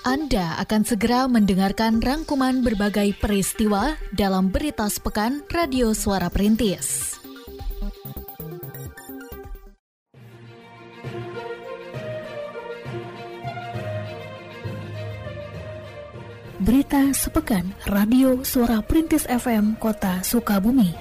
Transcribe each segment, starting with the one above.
Anda akan segera mendengarkan rangkuman berbagai peristiwa dalam Berita Sepekan Radio Suara Perintis. Berita Sepekan Radio Suara Perintis FM Kota Sukabumi.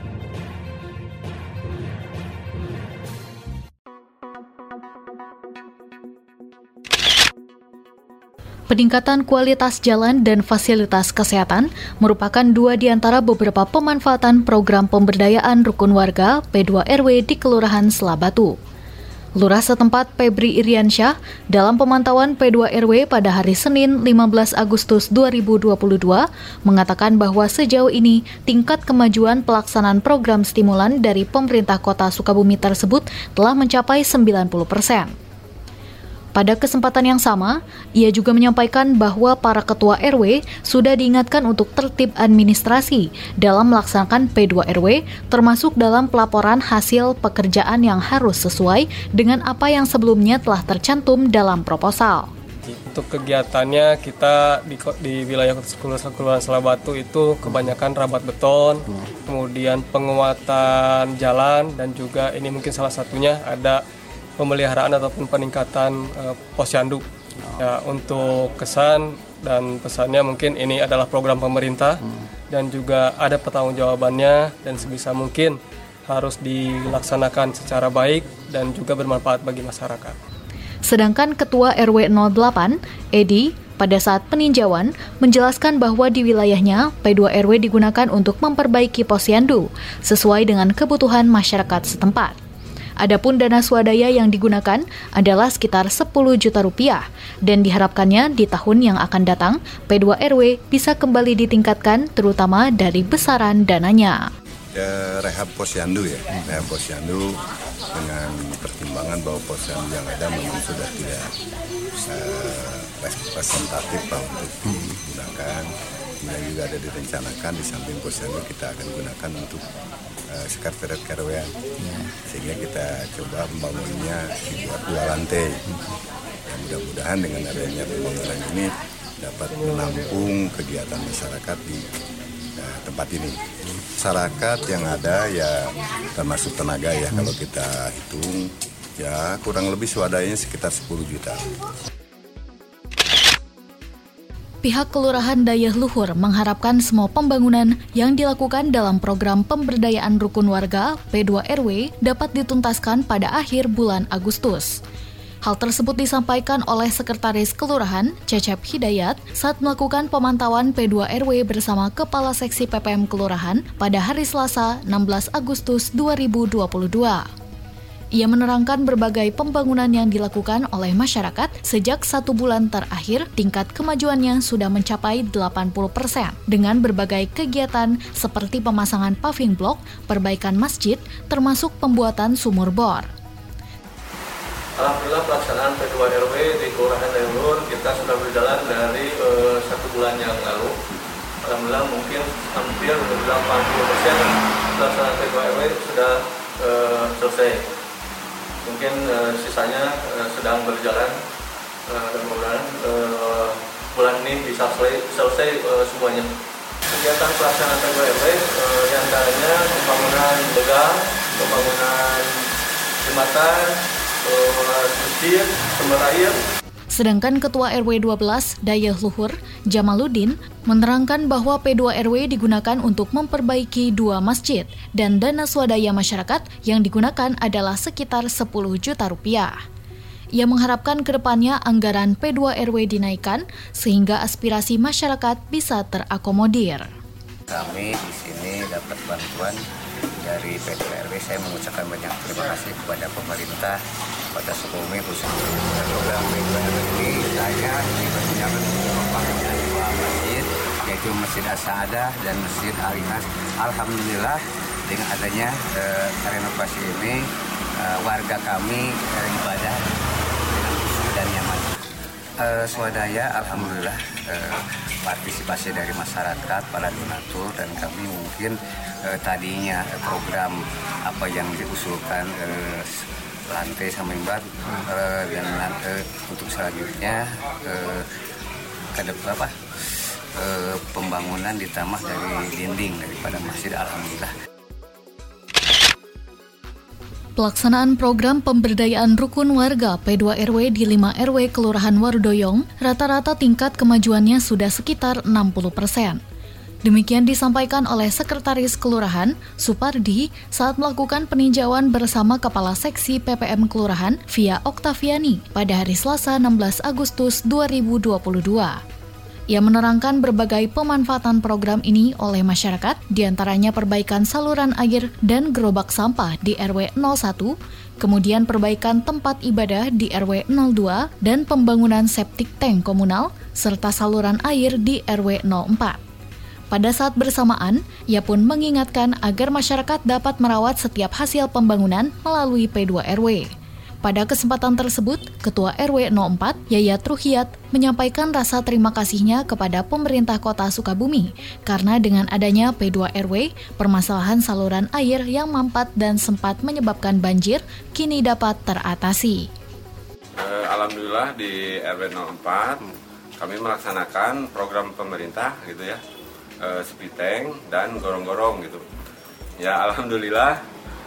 Peningkatan kualitas jalan dan fasilitas kesehatan merupakan dua di antara beberapa pemanfaatan program pemberdayaan rukun warga P2RW di Kelurahan Selabatu. Lurah setempat Febri Iriansyah dalam pemantauan P2RW pada hari Senin 15 Agustus 2022 mengatakan bahwa sejauh ini tingkat kemajuan pelaksanaan program stimulan dari pemerintah Kota Sukabumi tersebut telah mencapai 90%. Pada kesempatan yang sama, ia juga menyampaikan bahwa para ketua RW sudah diingatkan untuk tertib administrasi dalam melaksanakan P2RW, termasuk dalam pelaporan hasil pekerjaan yang harus sesuai dengan apa yang sebelumnya telah tercantum dalam proposal. Untuk kegiatannya kita di wilayah Kelurahan Selabatu itu kebanyakan rabat beton, kemudian penguatan jalan, dan juga ini mungkin salah satunya ada pemeliharaan ataupun peningkatan posyandu. Ya, untuk kesan dan pesannya mungkin ini adalah program pemerintah dan juga ada pertanggungjawabannya dan sebisa mungkin harus dilaksanakan secara baik dan juga bermanfaat bagi masyarakat. Sedangkan Ketua RW 08, Edi, pada saat peninjauan menjelaskan bahwa di wilayahnya P2RW digunakan untuk memperbaiki posyandu sesuai dengan kebutuhan masyarakat setempat. Adapun dana swadaya yang digunakan adalah sekitar 10 juta rupiah dan diharapkannya di tahun yang akan datang P2RW bisa kembali ditingkatkan terutama dari besaran dananya. Rehab posyandu rehab posyandu dengan pertimbangan bahwa posyandu yang ada memang sudah tidak representatif untuk digunakan. Kemudian juga ada direncanakan di samping posyandu kita akan gunakan untuk sekretariat kerewean, sehingga kita coba membangunnya dibuat 2 lantai. Dan mudah-mudahan dengan adanya pembangunan ini dapat menampung kegiatan masyarakat di tempat ini. Masyarakat yang ada ya termasuk tenaga ya, kalau kita hitung ya kurang lebih swadayanya sekitar 10 juta. Pihak Kelurahan Dayeh Luhur mengharapkan semua pembangunan yang dilakukan dalam program pemberdayaan rukun warga P2RW dapat dituntaskan pada akhir bulan Agustus. Hal tersebut disampaikan oleh Sekretaris Kelurahan Cecep Hidayat saat melakukan pemantauan P2RW bersama Kepala Seksi PPM Kelurahan pada hari Selasa 16 Agustus 2022. Ia menerangkan berbagai pembangunan yang dilakukan oleh masyarakat sejak 1 bulan terakhir, tingkat kemajuannya sudah mencapai 80% dengan berbagai kegiatan seperti pemasangan paving block, perbaikan masjid, termasuk pembuatan sumur bor. Alhamdulillah pelaksanaan P2RW di Kelurahan Dayeh Luhur kita sudah berjalan dari 1 bulan yang lalu. Alhamdulillah mungkin hampir 80% pelaksanaan P2RW sudah selesai. Mungkin sisanya sedang berjalan dan mudah-mudahan bulan ini bisa selesai semuanya. Kegiatan pelaksanaan P2RW yang antaranya pembangunan begal, pembangunan jembatan, masjid, sumber air. Sedangkan Ketua RW 12 Dayeh Luhur, Jamaluddin, menerangkan bahwa P2RW digunakan untuk memperbaiki 2 masjid dan dana swadaya masyarakat yang digunakan adalah sekitar 10 juta rupiah. Ia mengharapkan ke depannya anggaran P2RW dinaikkan sehingga aspirasi masyarakat bisa terakomodir. Kami di sini dapat bantuan dari P2RW. Saya mengucapkan banyak terima kasih kepada pemerintah Kota Sukabumi, khususnya program P2RW ini. Saya dipersiapkan untuk membangun 2 masjid, yaitu Masjid As-Saadah dan Masjid Al-Ikhlas. Alhamdulillah dengan adanya renovasi ini warga kami ibadah dengan khusyuk dan nyaman. Swadaya alhamdulillah partisipasi dari masyarakat, para donatur, dan kami mungkin tadinya program apa yang diusulkan lantai sama mimbar dan untuk selanjutnya pembangunan ditambah dari dinding daripada masjid, alhamdulillah. Pelaksanaan program pemberdayaan rukun warga P2RW di 5 RW Kelurahan Warudoyong, rata-rata tingkat kemajuannya sudah sekitar 60%. Demikian disampaikan oleh Sekretaris Kelurahan, Supardi, saat melakukan peninjauan bersama Kepala Seksi PPM Kelurahan, Via Oktaviani, pada hari Selasa 16 Agustus 2022. Ia menerangkan berbagai pemanfaatan program ini oleh masyarakat, diantaranya perbaikan saluran air dan gerobak sampah di RW 01, kemudian perbaikan tempat ibadah di RW 02, dan pembangunan septic tank komunal, serta saluran air di RW 04. Pada saat bersamaan, ia pun mengingatkan agar masyarakat dapat merawat setiap hasil pembangunan melalui P2RW. Pada kesempatan tersebut, Ketua RW 04, Yayat Ruhiat, menyampaikan rasa terima kasihnya kepada pemerintah Kota Sukabumi karena dengan adanya P2RW, permasalahan saluran air yang mampet dan sempat menyebabkan banjir kini dapat teratasi. Alhamdulillah di RW 04 kami melaksanakan program pemerintah gitu ya, septic tank dan gorong-gorong gitu. Ya alhamdulillah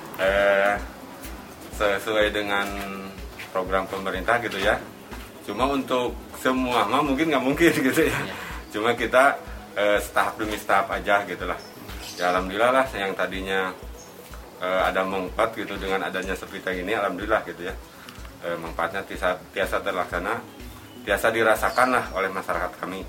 sesuai dengan program pemerintah gitu ya. Cuma untuk semua mungkin nggak mungkin gitu ya. Cuma kita tahap demi tahap aja gitulah. Ya alhamdulillah lah yang tadinya ada manfaat gitu dengan adanya septic tank ini, alhamdulillah gitu ya. Manfaatnya tiasa terlaksana, tiasa dirasakan lah oleh masyarakat kami.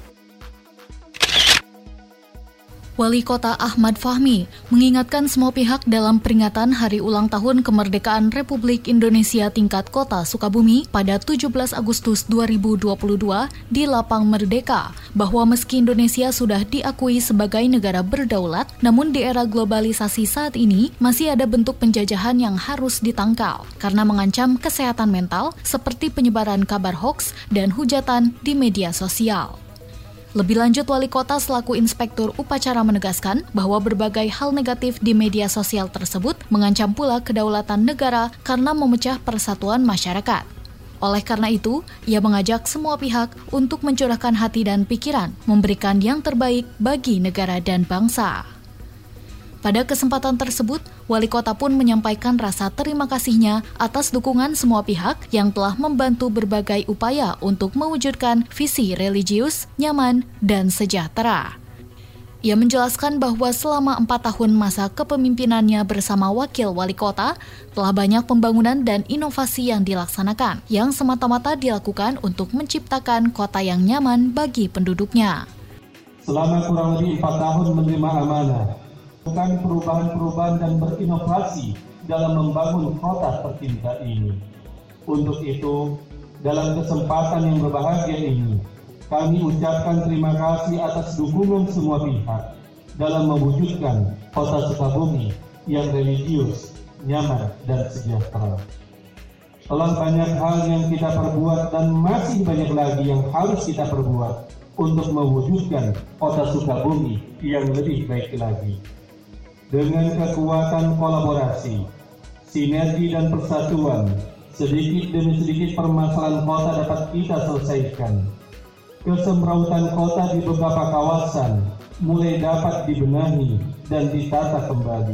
Wali Kota Ahmad Fahmi mengingatkan semua pihak dalam peringatan Hari Ulang Tahun Kemerdekaan Republik Indonesia tingkat Kota Sukabumi pada 17 Agustus 2022 di Lapang Merdeka, bahwa meski Indonesia sudah diakui sebagai negara berdaulat, namun di era globalisasi saat ini masih ada bentuk penjajahan yang harus ditangkal karena mengancam kesehatan mental seperti penyebaran kabar hoaks dan hujatan di media sosial. Lebih lanjut, Wali Kota selaku Inspektur Upacara menegaskan bahwa berbagai hal negatif di media sosial tersebut mengancam pula kedaulatan negara karena memecah persatuan masyarakat. Oleh karena itu, ia mengajak semua pihak untuk mencurahkan hati dan pikiran, memberikan yang terbaik bagi negara dan bangsa. Pada kesempatan tersebut, Wali Kota pun menyampaikan rasa terima kasihnya atas dukungan semua pihak yang telah membantu berbagai upaya untuk mewujudkan visi religius, nyaman, dan sejahtera. Ia menjelaskan bahwa selama 4 tahun masa kepemimpinannya bersama Wakil Wali Kota, telah banyak pembangunan dan inovasi yang dilaksanakan, yang semata-mata dilakukan untuk menciptakan kota yang nyaman bagi penduduknya. Selama kurang lebih 4 tahun menerima amanah, melakukan perubahan-perubahan dan berinovasi dalam membangun kota tercinta ini. Untuk itu, dalam kesempatan yang berbahagia ini, kami ucapkan terima kasih atas dukungan semua pihak dalam mewujudkan kota Sukabumi yang religius, nyaman, dan sejahtera. Telah banyak hal yang kita perbuat dan masih banyak lagi yang harus kita perbuat untuk mewujudkan kota Sukabumi yang lebih baik lagi. Dengan kekuatan kolaborasi, sinergi dan persatuan, sedikit demi sedikit permasalahan kota dapat kita selesaikan. Kesemrautan kota di beberapa kawasan mulai dapat dibenahi dan ditata kembali.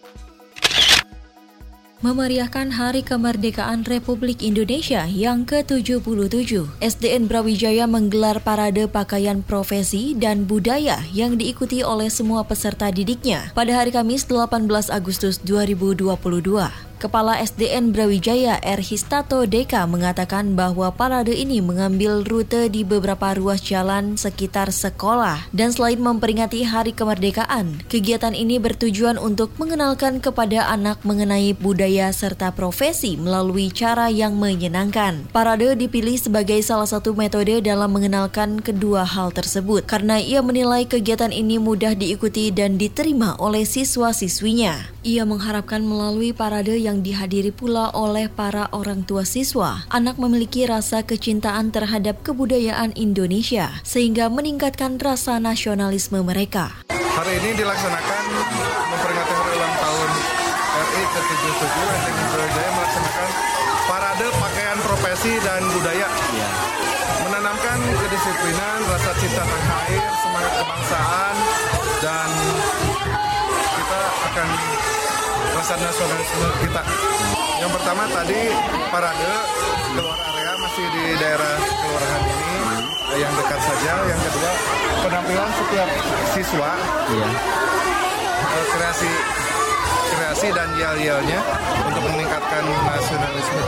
Memeriahkan Hari Kemerdekaan Republik Indonesia yang ke-77, SDN Brawijaya menggelar parade pakaian profesi dan budaya yang diikuti oleh semua peserta didiknya pada hari Kamis 18 Agustus 2022. Kepala SDN Brawijaya R. Histato Deka mengatakan bahwa parade ini mengambil rute di beberapa ruas jalan sekitar sekolah dan selain memperingati Hari Kemerdekaan, kegiatan ini bertujuan untuk mengenalkan kepada anak mengenai budaya serta profesi melalui cara yang menyenangkan. Parade dipilih sebagai salah satu metode dalam mengenalkan kedua hal tersebut karena ia menilai kegiatan ini mudah diikuti dan diterima oleh siswa-siswinya. Ia mengharapkan melalui parade yang dihadiri pula oleh para orang tua siswa, anak memiliki rasa kecintaan terhadap kebudayaan Indonesia sehingga meningkatkan rasa nasionalisme mereka. Hari ini dilaksanakan memperingati hari ulang tahun RI ke-77, SDN Brawijaya melaksanakan parade pakaian profesi dan budaya. Menanamkan kedisiplinan, rasa tanah air, semangat kebangsaan, dan kita akan rasa nasionalisme kita. Yang pertama tadi parade keluar area masih di daerah kelurahan ini yang dekat saja. Yang kedua penampilan setiap siswa, kreasi dan yel-yelnya untuk meningkatkan nasionalisme.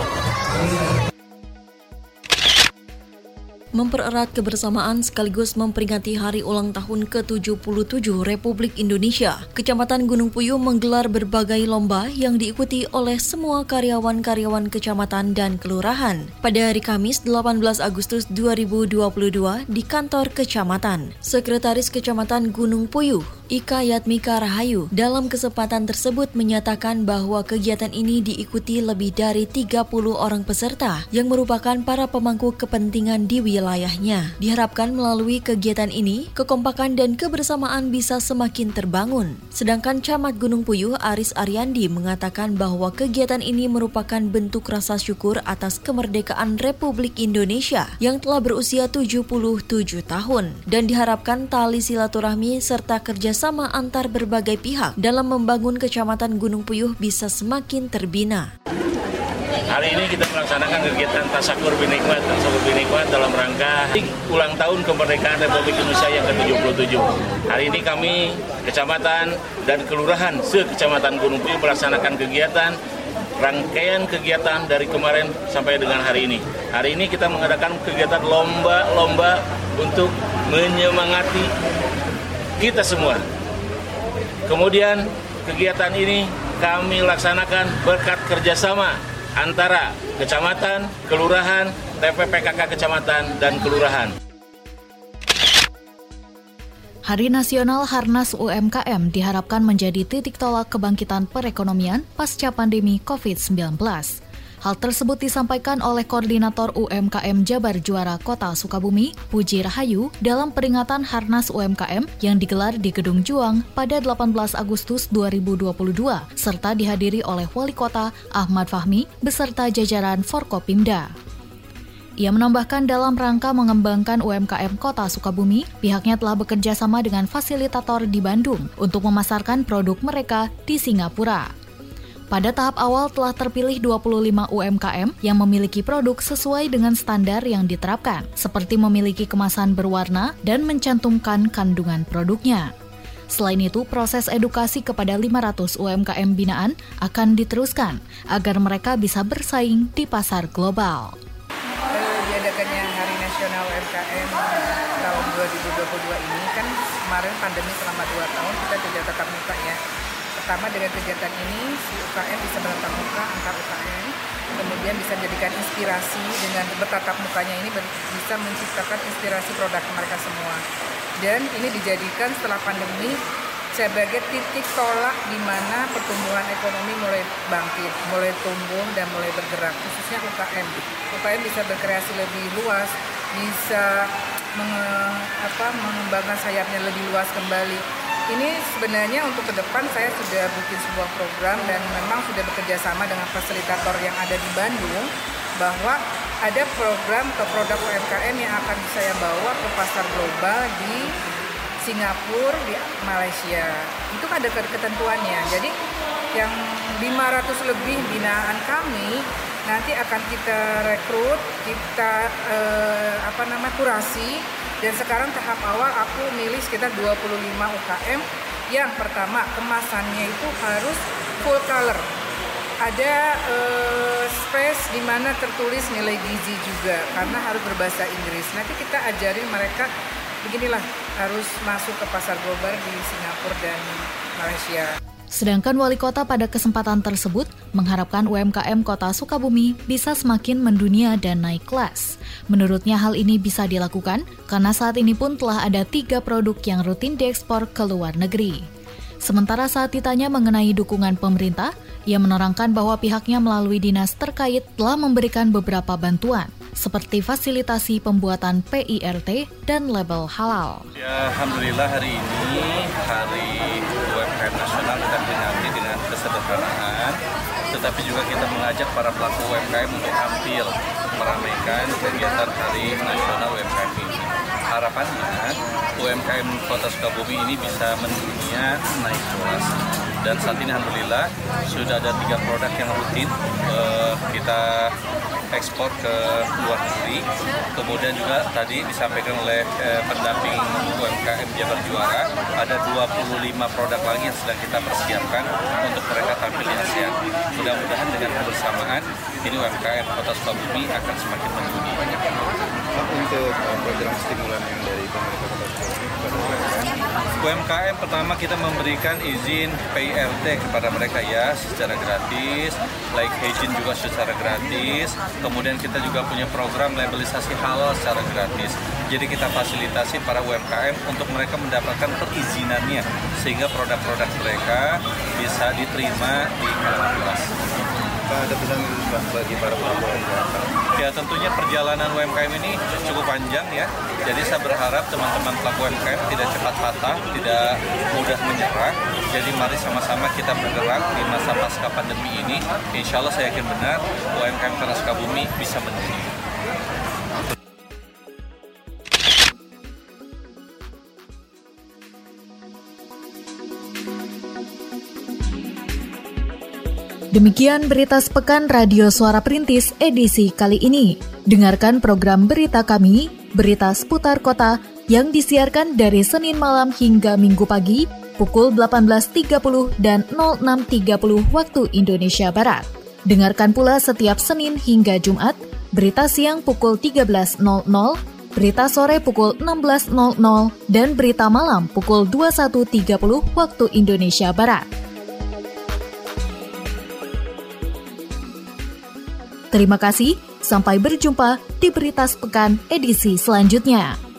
Mempererat kebersamaan sekaligus memperingati hari ulang tahun ke-77 Republik Indonesia, Kecamatan Gunung Puyuh menggelar berbagai lomba yang diikuti oleh semua karyawan-karyawan kecamatan dan kelurahan. Pada hari Kamis 18 Agustus 2022 di kantor kecamatan, Sekretaris Kecamatan Gunung Puyuh, Ika Yatmika Rahayu, dalam kesempatan tersebut menyatakan bahwa kegiatan ini diikuti lebih dari 30 orang peserta yang merupakan para pemangku kepentingan di wilayahnya. Diharapkan melalui kegiatan ini, kekompakan dan kebersamaan bisa semakin terbangun. Sedangkan Camat Gunung Puyuh Aris Ariandi mengatakan bahwa kegiatan ini merupakan bentuk rasa syukur atas kemerdekaan Republik Indonesia yang telah berusia 77 tahun dan diharapkan tali silaturahmi serta kerjasama antar berbagai pihak dalam membangun Kecamatan Gunung Puyuh bisa semakin terbina. Hari ini kita melaksanakan kegiatan Tasakur Binikmat dalam rangka ulang tahun kemerdekaan Republik Indonesia yang ke-77. Hari ini kami, kecamatan dan kelurahan se-Kecamatan Gunung Puyuh melaksanakan kegiatan, rangkaian kegiatan dari kemarin sampai dengan hari ini. Hari ini kita mengadakan kegiatan lomba untuk menyemangati kita semua. Kemudian kegiatan ini kami laksanakan berkat kerjasama antara kecamatan, kelurahan, TPPKK kecamatan, dan kelurahan. Hari Nasional Harnas UMKM diharapkan menjadi titik tolak kebangkitan perekonomian pasca pandemi COVID-19. Hal tersebut disampaikan oleh Koordinator UMKM Jabar Juara Kota Sukabumi, Puji Rahayu, dalam peringatan Harnas UMKM yang digelar di Gedung Juang pada 18 Agustus 2022, serta dihadiri oleh Wali Kota Ahmad Fahmi beserta jajaran Forkopimda. Ia menambahkan dalam rangka mengembangkan UMKM Kota Sukabumi, pihaknya telah bekerja sama dengan fasilitator di Bandung untuk memasarkan produk mereka di Singapura. Pada tahap awal telah terpilih 25 UMKM yang memiliki produk sesuai dengan standar yang diterapkan, seperti memiliki kemasan berwarna dan mencantumkan kandungan produknya. Selain itu, proses edukasi kepada 500 UMKM binaan akan diteruskan agar mereka bisa bersaing di pasar global. Diadakannya Hari Nasional UMKM tahun 2022 ini kan kemarin pandemi selama 2 tahun kita tidak tatap muka ya. Pertama dengan kegiatan ini si UKM bisa bertatap muka antar UKM, kemudian bisa jadikan inspirasi dengan bertatap mukanya ini bisa menciptakan inspirasi produk mereka semua. Dan ini dijadikan setelah pandemi sebagai titik tolak di mana pertumbuhan ekonomi mulai bangkit, mulai tumbuh dan mulai bergerak, khususnya UKM. UKM bisa berkreasi lebih luas, bisa mengembangkan sayapnya lebih luas kembali. Ini sebenarnya untuk ke depan saya sudah bikin sebuah program dan memang sudah bekerja sama dengan fasilitator yang ada di Bandung bahwa ada program ke produk UMKM yang akan saya bawa ke pasar global di Singapura, di Malaysia. Itu ada ketentuannya. Jadi yang 500 lebih binaan kami nanti akan kita rekrut, kita kurasi. Dan sekarang tahap awal aku milih sekitar 25 UKM. Yang pertama, kemasannya itu harus full color. Ada space di mana tertulis nilai gizi juga karena harus berbahasa Inggris. Nanti kita ajarin mereka beginilah, harus masuk ke pasar global di Singapura dan Malaysia. Sedangkan Wali Kota pada kesempatan tersebut mengharapkan UMKM Kota Sukabumi bisa semakin mendunia dan naik kelas. Menurutnya hal ini bisa dilakukan karena saat ini pun telah ada 3 produk yang rutin diekspor ke luar negeri. Sementara saat ditanya mengenai dukungan pemerintah, ia menerangkan bahwa pihaknya melalui dinas terkait telah memberikan beberapa bantuan, seperti fasilitasi pembuatan PIRT dan label halal. Ya, alhamdulillah hari ini Hari UMKM Nasional kita peringati dengan kesederhanaan, tetapi juga kita mengajak para pelaku UMKM untuk tampil meramaikan kegiatan Hari Nasional UMKM ini. harapannya UMKM Kota Sukabumi ini bisa mendunia naik kelas. Dan saat ini alhamdulillah sudah ada 3 produk yang rutin kita ekspor ke luar negeri. Kemudian juga tadi disampaikan oleh pendamping UMKM Jabar Juara, ada 25 produk lagi yang sedang kita persiapkan untuk mereka tampil di ASEAN. Mudah-mudahan dengan kebersamaan ini UMKM Kota Sukabumi akan semakin mendunia. Untuk program stimulan yang dari pemerintah Kota Sukabumi, UMKM pertama kita memberikan izin PIRT kepada mereka ya secara gratis, like hygiene juga secara gratis. Kemudian kita juga punya program labelisasi halal secara gratis. Jadi kita fasilitasi para UMKM untuk mereka mendapatkan perizinannya sehingga produk-produk mereka bisa diterima di kalangan luas. ada pesan bagi para pelaku UMKM? Ya tentunya perjalanan UMKM ini cukup panjang ya. Jadi saya berharap teman-teman pelaku UMKM tidak cepat patah, tidak mudah menyerah. Jadi mari sama-sama kita bergerak di masa pasca pandemi ini. Insya Allah saya yakin benar UMKM Kota Sukabumi bisa mendunia. Demikian berita sepekan Radio Suara Perintis edisi kali ini. Dengarkan program berita kami, berita seputar kota, yang disiarkan dari Senin malam hingga Minggu pagi, pukul 18.30 dan 06.30 waktu Indonesia Barat. Dengarkan pula setiap Senin hingga Jumat, berita siang pukul 13.00, berita sore pukul 16.00, dan berita malam pukul 21.30 waktu Indonesia Barat. Terima kasih, sampai berjumpa di Berita Sepekan edisi selanjutnya.